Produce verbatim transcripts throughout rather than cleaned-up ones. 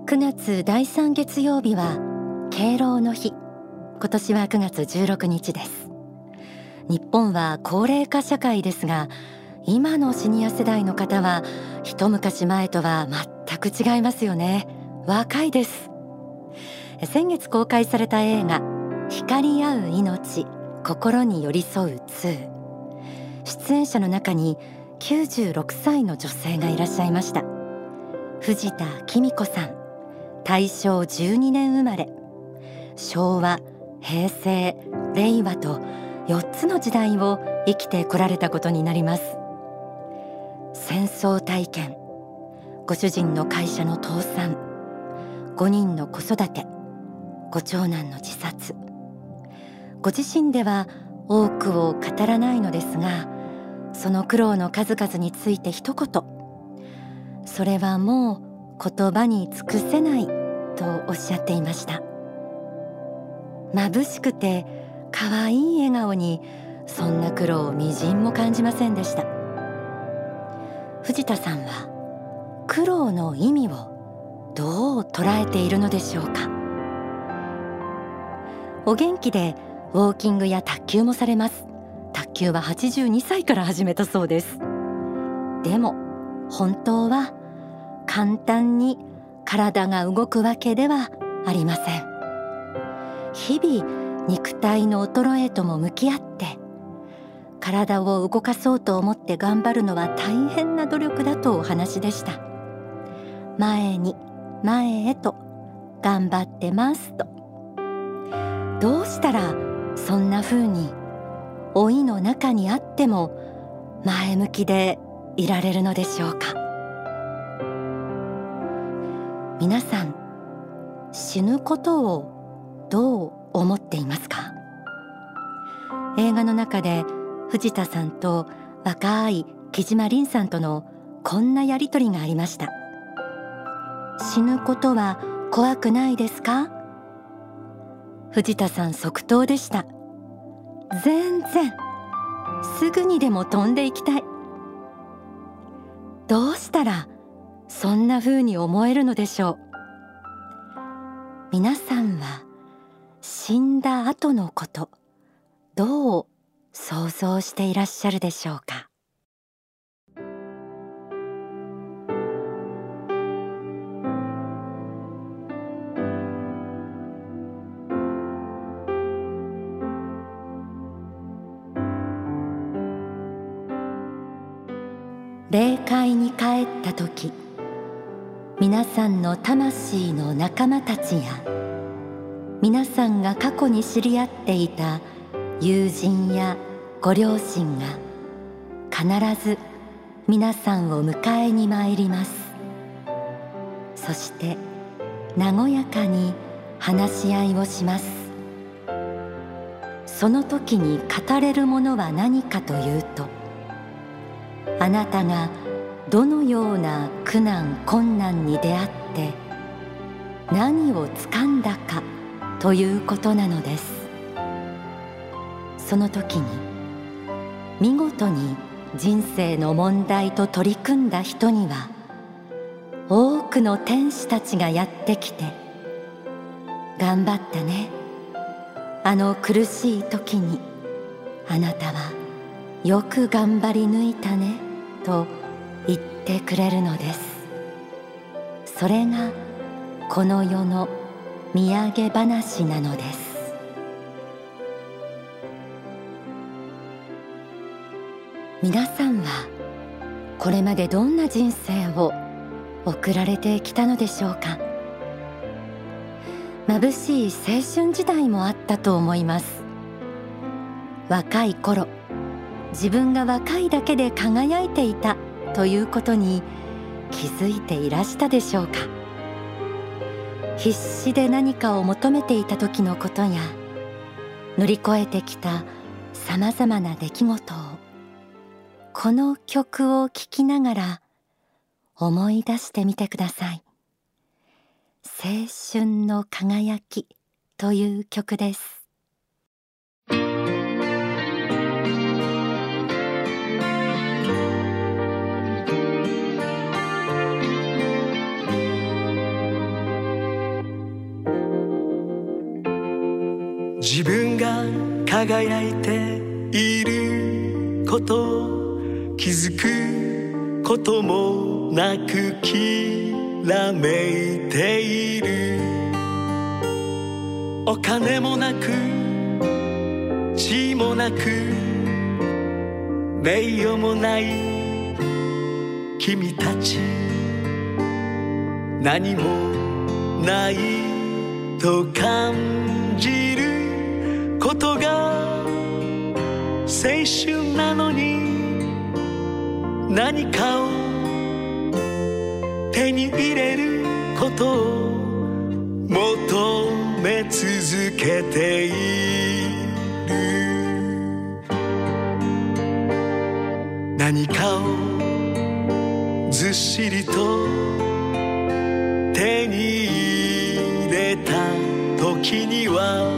くがつだいさん月曜日は敬老の日。今年はくがつじゅうろくにちです。日本は高齢化社会ですが、今のシニア世代の方は一昔前とは全く違いますよね。若いです。先月公開された映画光り合う命、心に寄り添うに。出演者の中にきゅうじゅうろくさいの女性がいらっしゃいました。藤田紀子さん、たいしょうじゅうにねん生まれ。昭和、平成、令和とよっつの時代を生きてこられたことになります。戦争体験、ご主人の会社の倒産、ごにんの子育て、ご長男の自殺。ご自身では多くを語らないのですが、その苦労の数々について一言、それはもう言葉に尽くせないとおっしゃっていました。眩しくて可愛い笑顔に、そんな苦労をみじんも感じませんでした。藤田さんは苦労の意味をどう捉えているのでしょうか。お元気でウォーキングや卓球もされます。卓球ははちじゅうにさいから始めたそうです。でも本当は簡単に体が動くわけではありません。日々肉体の衰えとも向き合って、体を動かそうと思って頑張るのは大変な努力だとお話でした。前に前へと頑張ってますと。どうしたらそんな風に老いの中にあっても前向きでいられるのでしょうか。皆さん、死ぬことをどう思っていますか。映画の中で藤田さんと若い木島凛さんとのこんなやりとりがありました。死ぬことは怖くないですか。藤田さん即答でした。全然、すぐにでも飛んでいきたい。どうしたらそんな風に思えるのでしょう。皆さんは死んだ後のこと、どう想像していらっしゃるでしょうか。霊界に帰った時、皆さんの魂の仲間たちや、皆さんが過去に知り合っていた友人やご両親が必ず皆さんを迎えに参ります。そして和やかに話し合いをします。その時に語れるものは何かというと、あなたがどのような苦難困難に出会って何を掴んだかということなのです。その時に見事に人生の問題と取り組んだ人には、多くの天使たちがやってきて、頑張ったね、あの苦しい時にあなたはよく頑張り抜いたねと言ってくれるのです。それがこの世の土産話なのです。皆さんはこれまでどんな人生を送られてきたのでしょうか。眩しい青春時代もあったと思います。若い頃、自分が若いだけで輝いていたということに気づいていらしたでしょうか。必死で何かを求めていた時のことや、乗り越えてきたさまざまな出来事を、この曲を聴きながら思い出してみてください。青春の輝きという曲です。 輝いていること気づくこともなくきらめいている。お金もなく地位もなく名誉もない君たち、何もないと感じることが青春なのに、何かを手に入れることを求め続けている。何かをずっしりと手に入れた時には、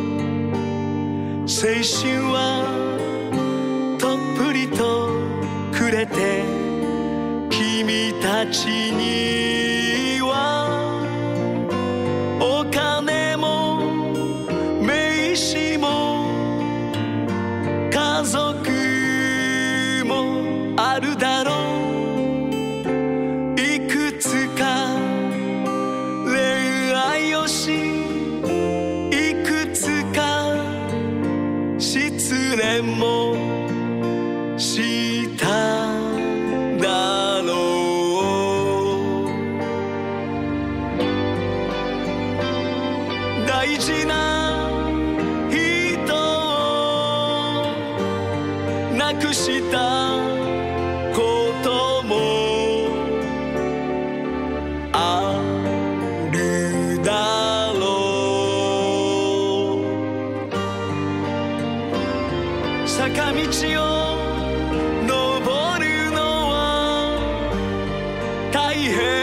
青春はとっぷりとくれて、君たちにはお金も名刺も家族もあるだろう。いくつか恋愛をし、いくつか失恋もしただろう。大事な人を亡くしたこともあるだろう。坂道を登るのは大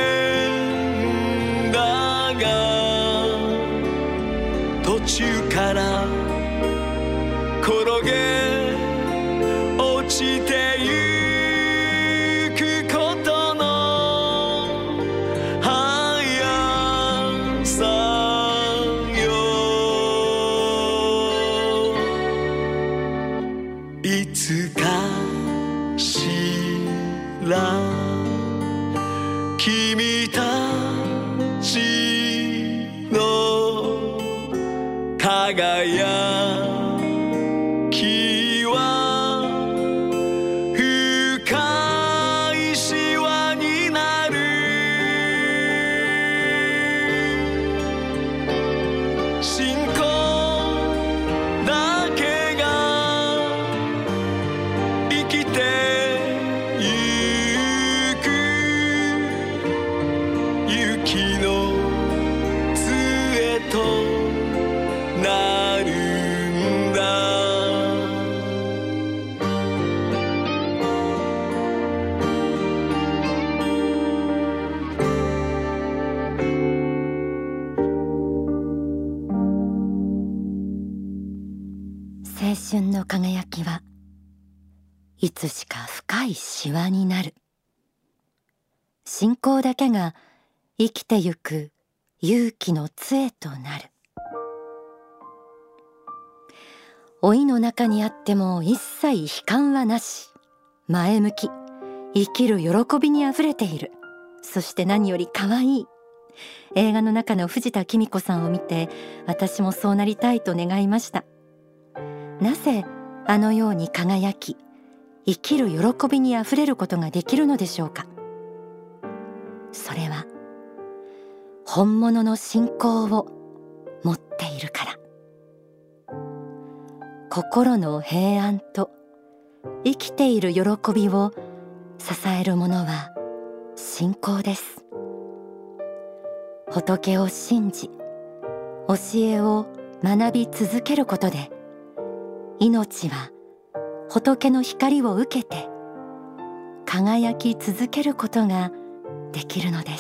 変だが、途中から転げ落ちてゆくことの速さよ。いつかしら君たちの輝きは深いシワになる。信仰だけが生きてゆく、雪の杖となるんだ。 青春の輝きはいつしか深いシワになる。信仰だけが生きてゆく勇気の杖となる。老いの中にあっても一切悲観はなし、前向き、生きる喜びにあふれている。そして何より可愛い。映画の中の藤田紀美子さんを見て、私もそうなりたいと願いました。なぜあのように輝き、生きる喜びにあふれることができるのでしょうか。それは本物の信仰を持っているから。心の平安と生きている喜びを支えるものは信仰です。仏を信じ、教えを学び続けることで、命は仏の光を受けて輝き続けることができるのです。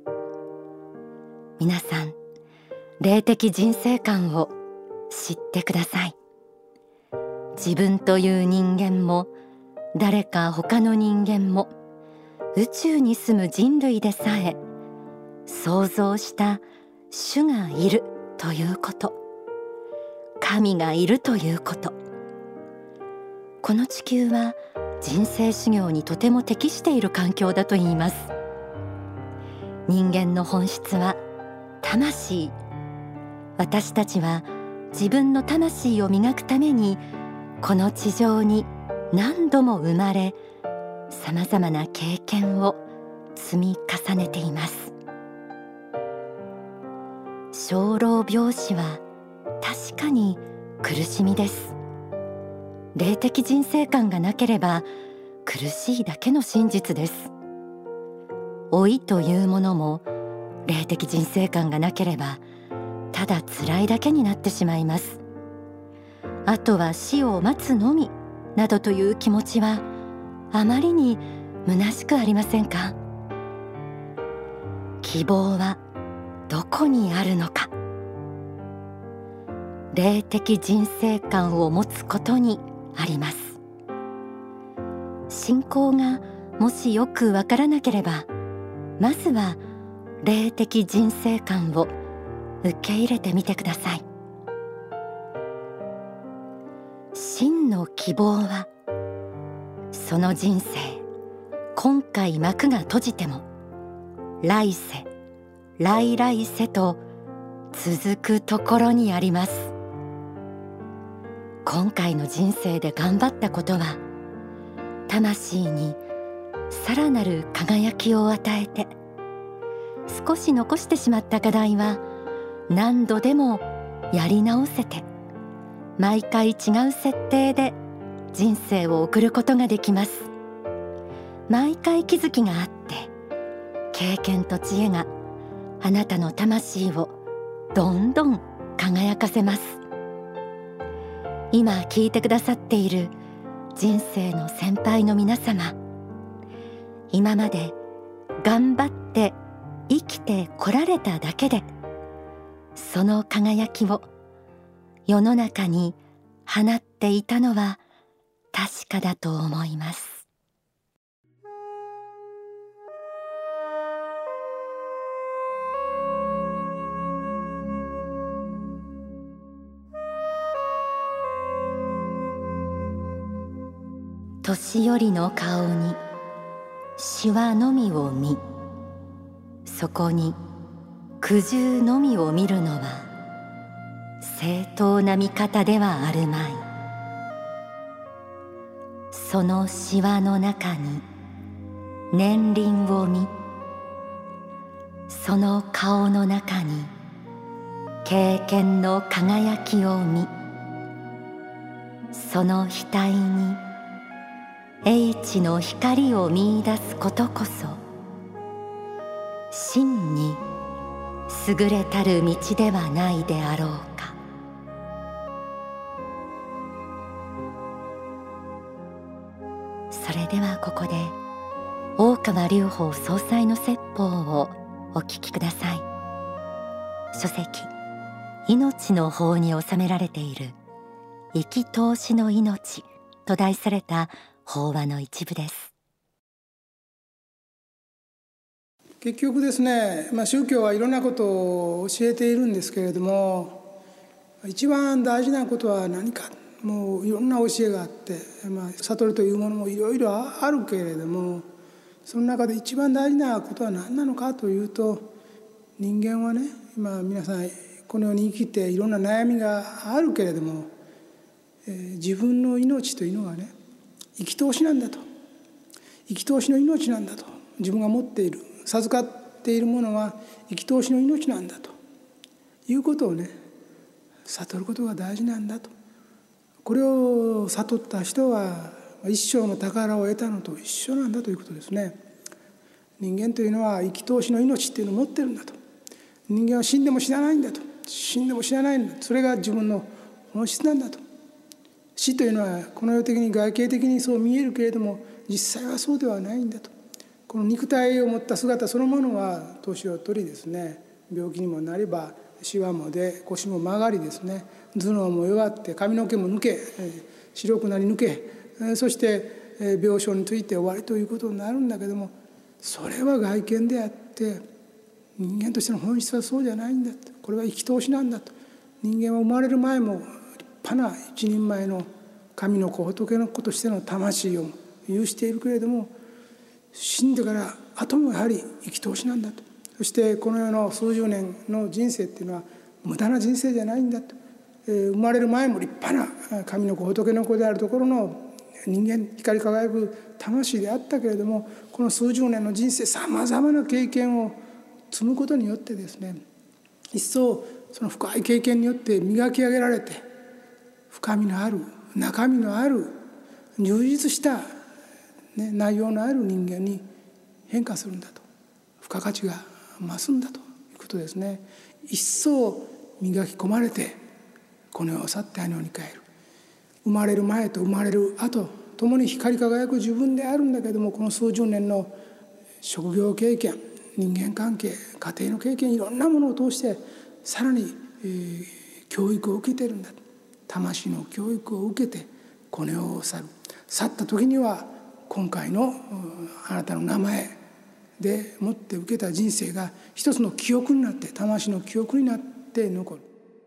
皆さん、霊的人生観を知ってください。自分という人間も、誰か他の人間も、宇宙に住む人類でさえ創造した主がいるということ、 神がいるということ。この地球は人生修行にとても適している環境だと言います。人間の本質は魂。私たちは自分の魂を磨くためにこの地上に何度も生まれ、さまざまな経験を積み重ねています。生老病死は確かに苦しみです。霊的人生観がなければ苦しいだけの真実です。老いというものも霊的人生観がなければただ辛いだけになってしまいます。あとは死を待つのみなどという気持ちはあまりに虚しくありませんか？希望はどこにあるのか。霊的人生観を持つことにあります。信仰がもしよくわからなければ、まずは霊的人生観を受け入れてみてください。真の希望は、その人生、今回幕が閉じても来世、来来世と続くところにあります。今回の人生で頑張ったことは、魂にさらなる輝きを与えて、少し残してしまった課題は何度でもやり直せて、毎回違う設定で人生を送ることができます。毎回気づきがあって、経験と知恵があなたの魂をどんどん輝かせます。今聞いてくださっている人生の先輩の皆様、今まで頑張って生きてこられただけで、その輝きを世の中に放っていたのは確かだと思います。年寄りの顔にしわのみを見、そこに苦渋のみを見るのは正当な見方ではあるまい。そのしわの中に年輪を見、その顔の中に経験の輝きを見、その額に英知の光を見出すことこそ、真に優れたる道ではないであろうか。それではここで大川隆法総裁の説法をお聞きください。書籍命の法に収められている生き通しの命と題された法話の一部です。 結局ですね、まあ、宗教はいろんなことを教えているんですけれども、一番大事なことは何か。もういろんな教えがあって、まあ、悟りというものもいろいろあるけれども、その中で一番大事なことは何なのかというと、人間はね、今皆さんこの世に生きていろんな悩みがあるけれども、えー、自分の命というのはね、生き通しなんだと、生き通しの命なんだと、自分が持っている授かっているものは生き通しの命なんだということをね、悟ることが大事なんだと。これを悟った人は一生の宝を得たのと一緒なんだということですね。人間というのは生き通しの命っていうのを持ってるんだと。人間は死んでも死なないんだと。死んでも死なないんだと。それが自分の本質なんだと。死というのはこの世的に外形的にそう見えるけれども、実際はそうではないんだと。この肉体を持った姿そのものは年を取りですね、病気にもなればシワも出、腰も曲がりですね、頭脳も弱って髪の毛も抜け、白くなり抜け、そして病床について終わりということになるんだけども、それは外見であって人間としての本質はそうじゃないんだと。これは生き通しなんだと。人間は生まれる前も派な一人前の神の子仏の子としての魂を有しているけれども、死んでから後もやはり生き通しなんだと。そしてこの世の数十年の人生っていうのは無駄な人生じゃないんだと。えー、生まれる前も立派な神の子仏の子であるところの人間、光り輝く魂であったけれども、この数十年の人生さまざまな経験を積むことによってですね、一層その深い経験によって磨き上げられて、深みのある中身のある充実した、ね、内容のある人間に変化するんだと、付加価値が増すんだということですね。一層磨き込まれてこの世を去ってあの世に帰る。生まれる前と生まれる後ともに光り輝く自分であるんだけども、この数十年の職業経験、人間関係、家庭の経験、いろんなものを通してさらに、えー、教育を受けているんだ。魂の教育を受けてこの世を去る。去った時には今回のあなたの名前でもって受けた人生が一つの記憶になって、魂の記憶になって残る。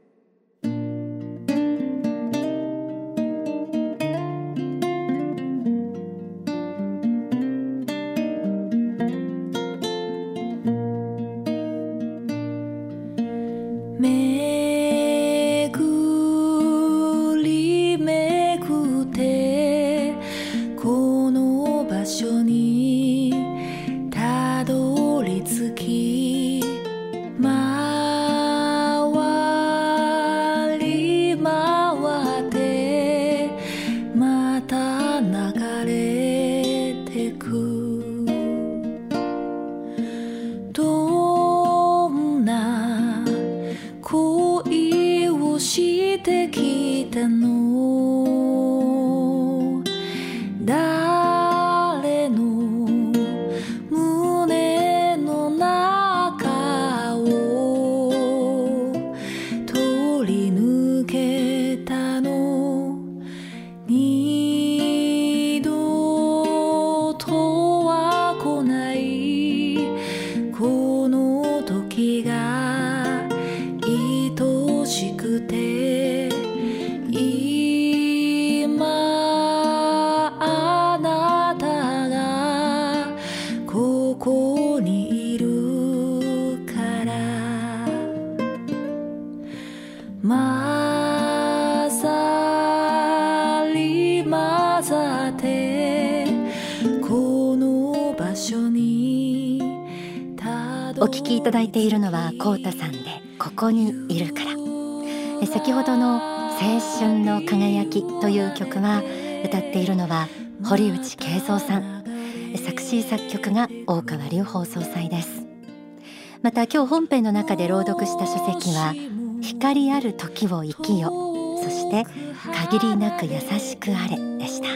お聞きいただいているのはコウタさんでここにいるから。先ほどの青春の輝きという曲は歌っているのは堀内慶三さん、作詞作曲が大川隆法総裁です。また今日本編の中で朗読した書籍は光ある時を生きよ、そして限りなく優しくあれでした。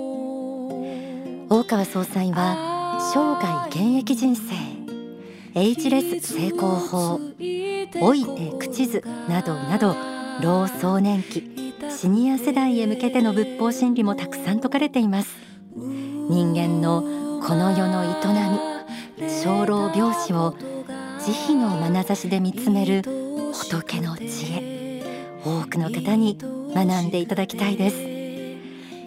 大川総裁は生涯現役人生、エイジレス成功法、老いて口図などなど、老壮年期シニア世代へ向けての仏法真理もたくさん説かれています。人間のこの世の営み、生老病死を慈悲の眼差しで見つめる仏の知恵、多くの方に学んでいただきたいです。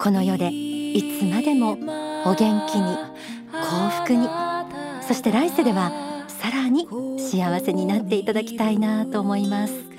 この世でいつまでもお元気に幸福に、そして来世ではさらに幸せになっていただきたいなと思います。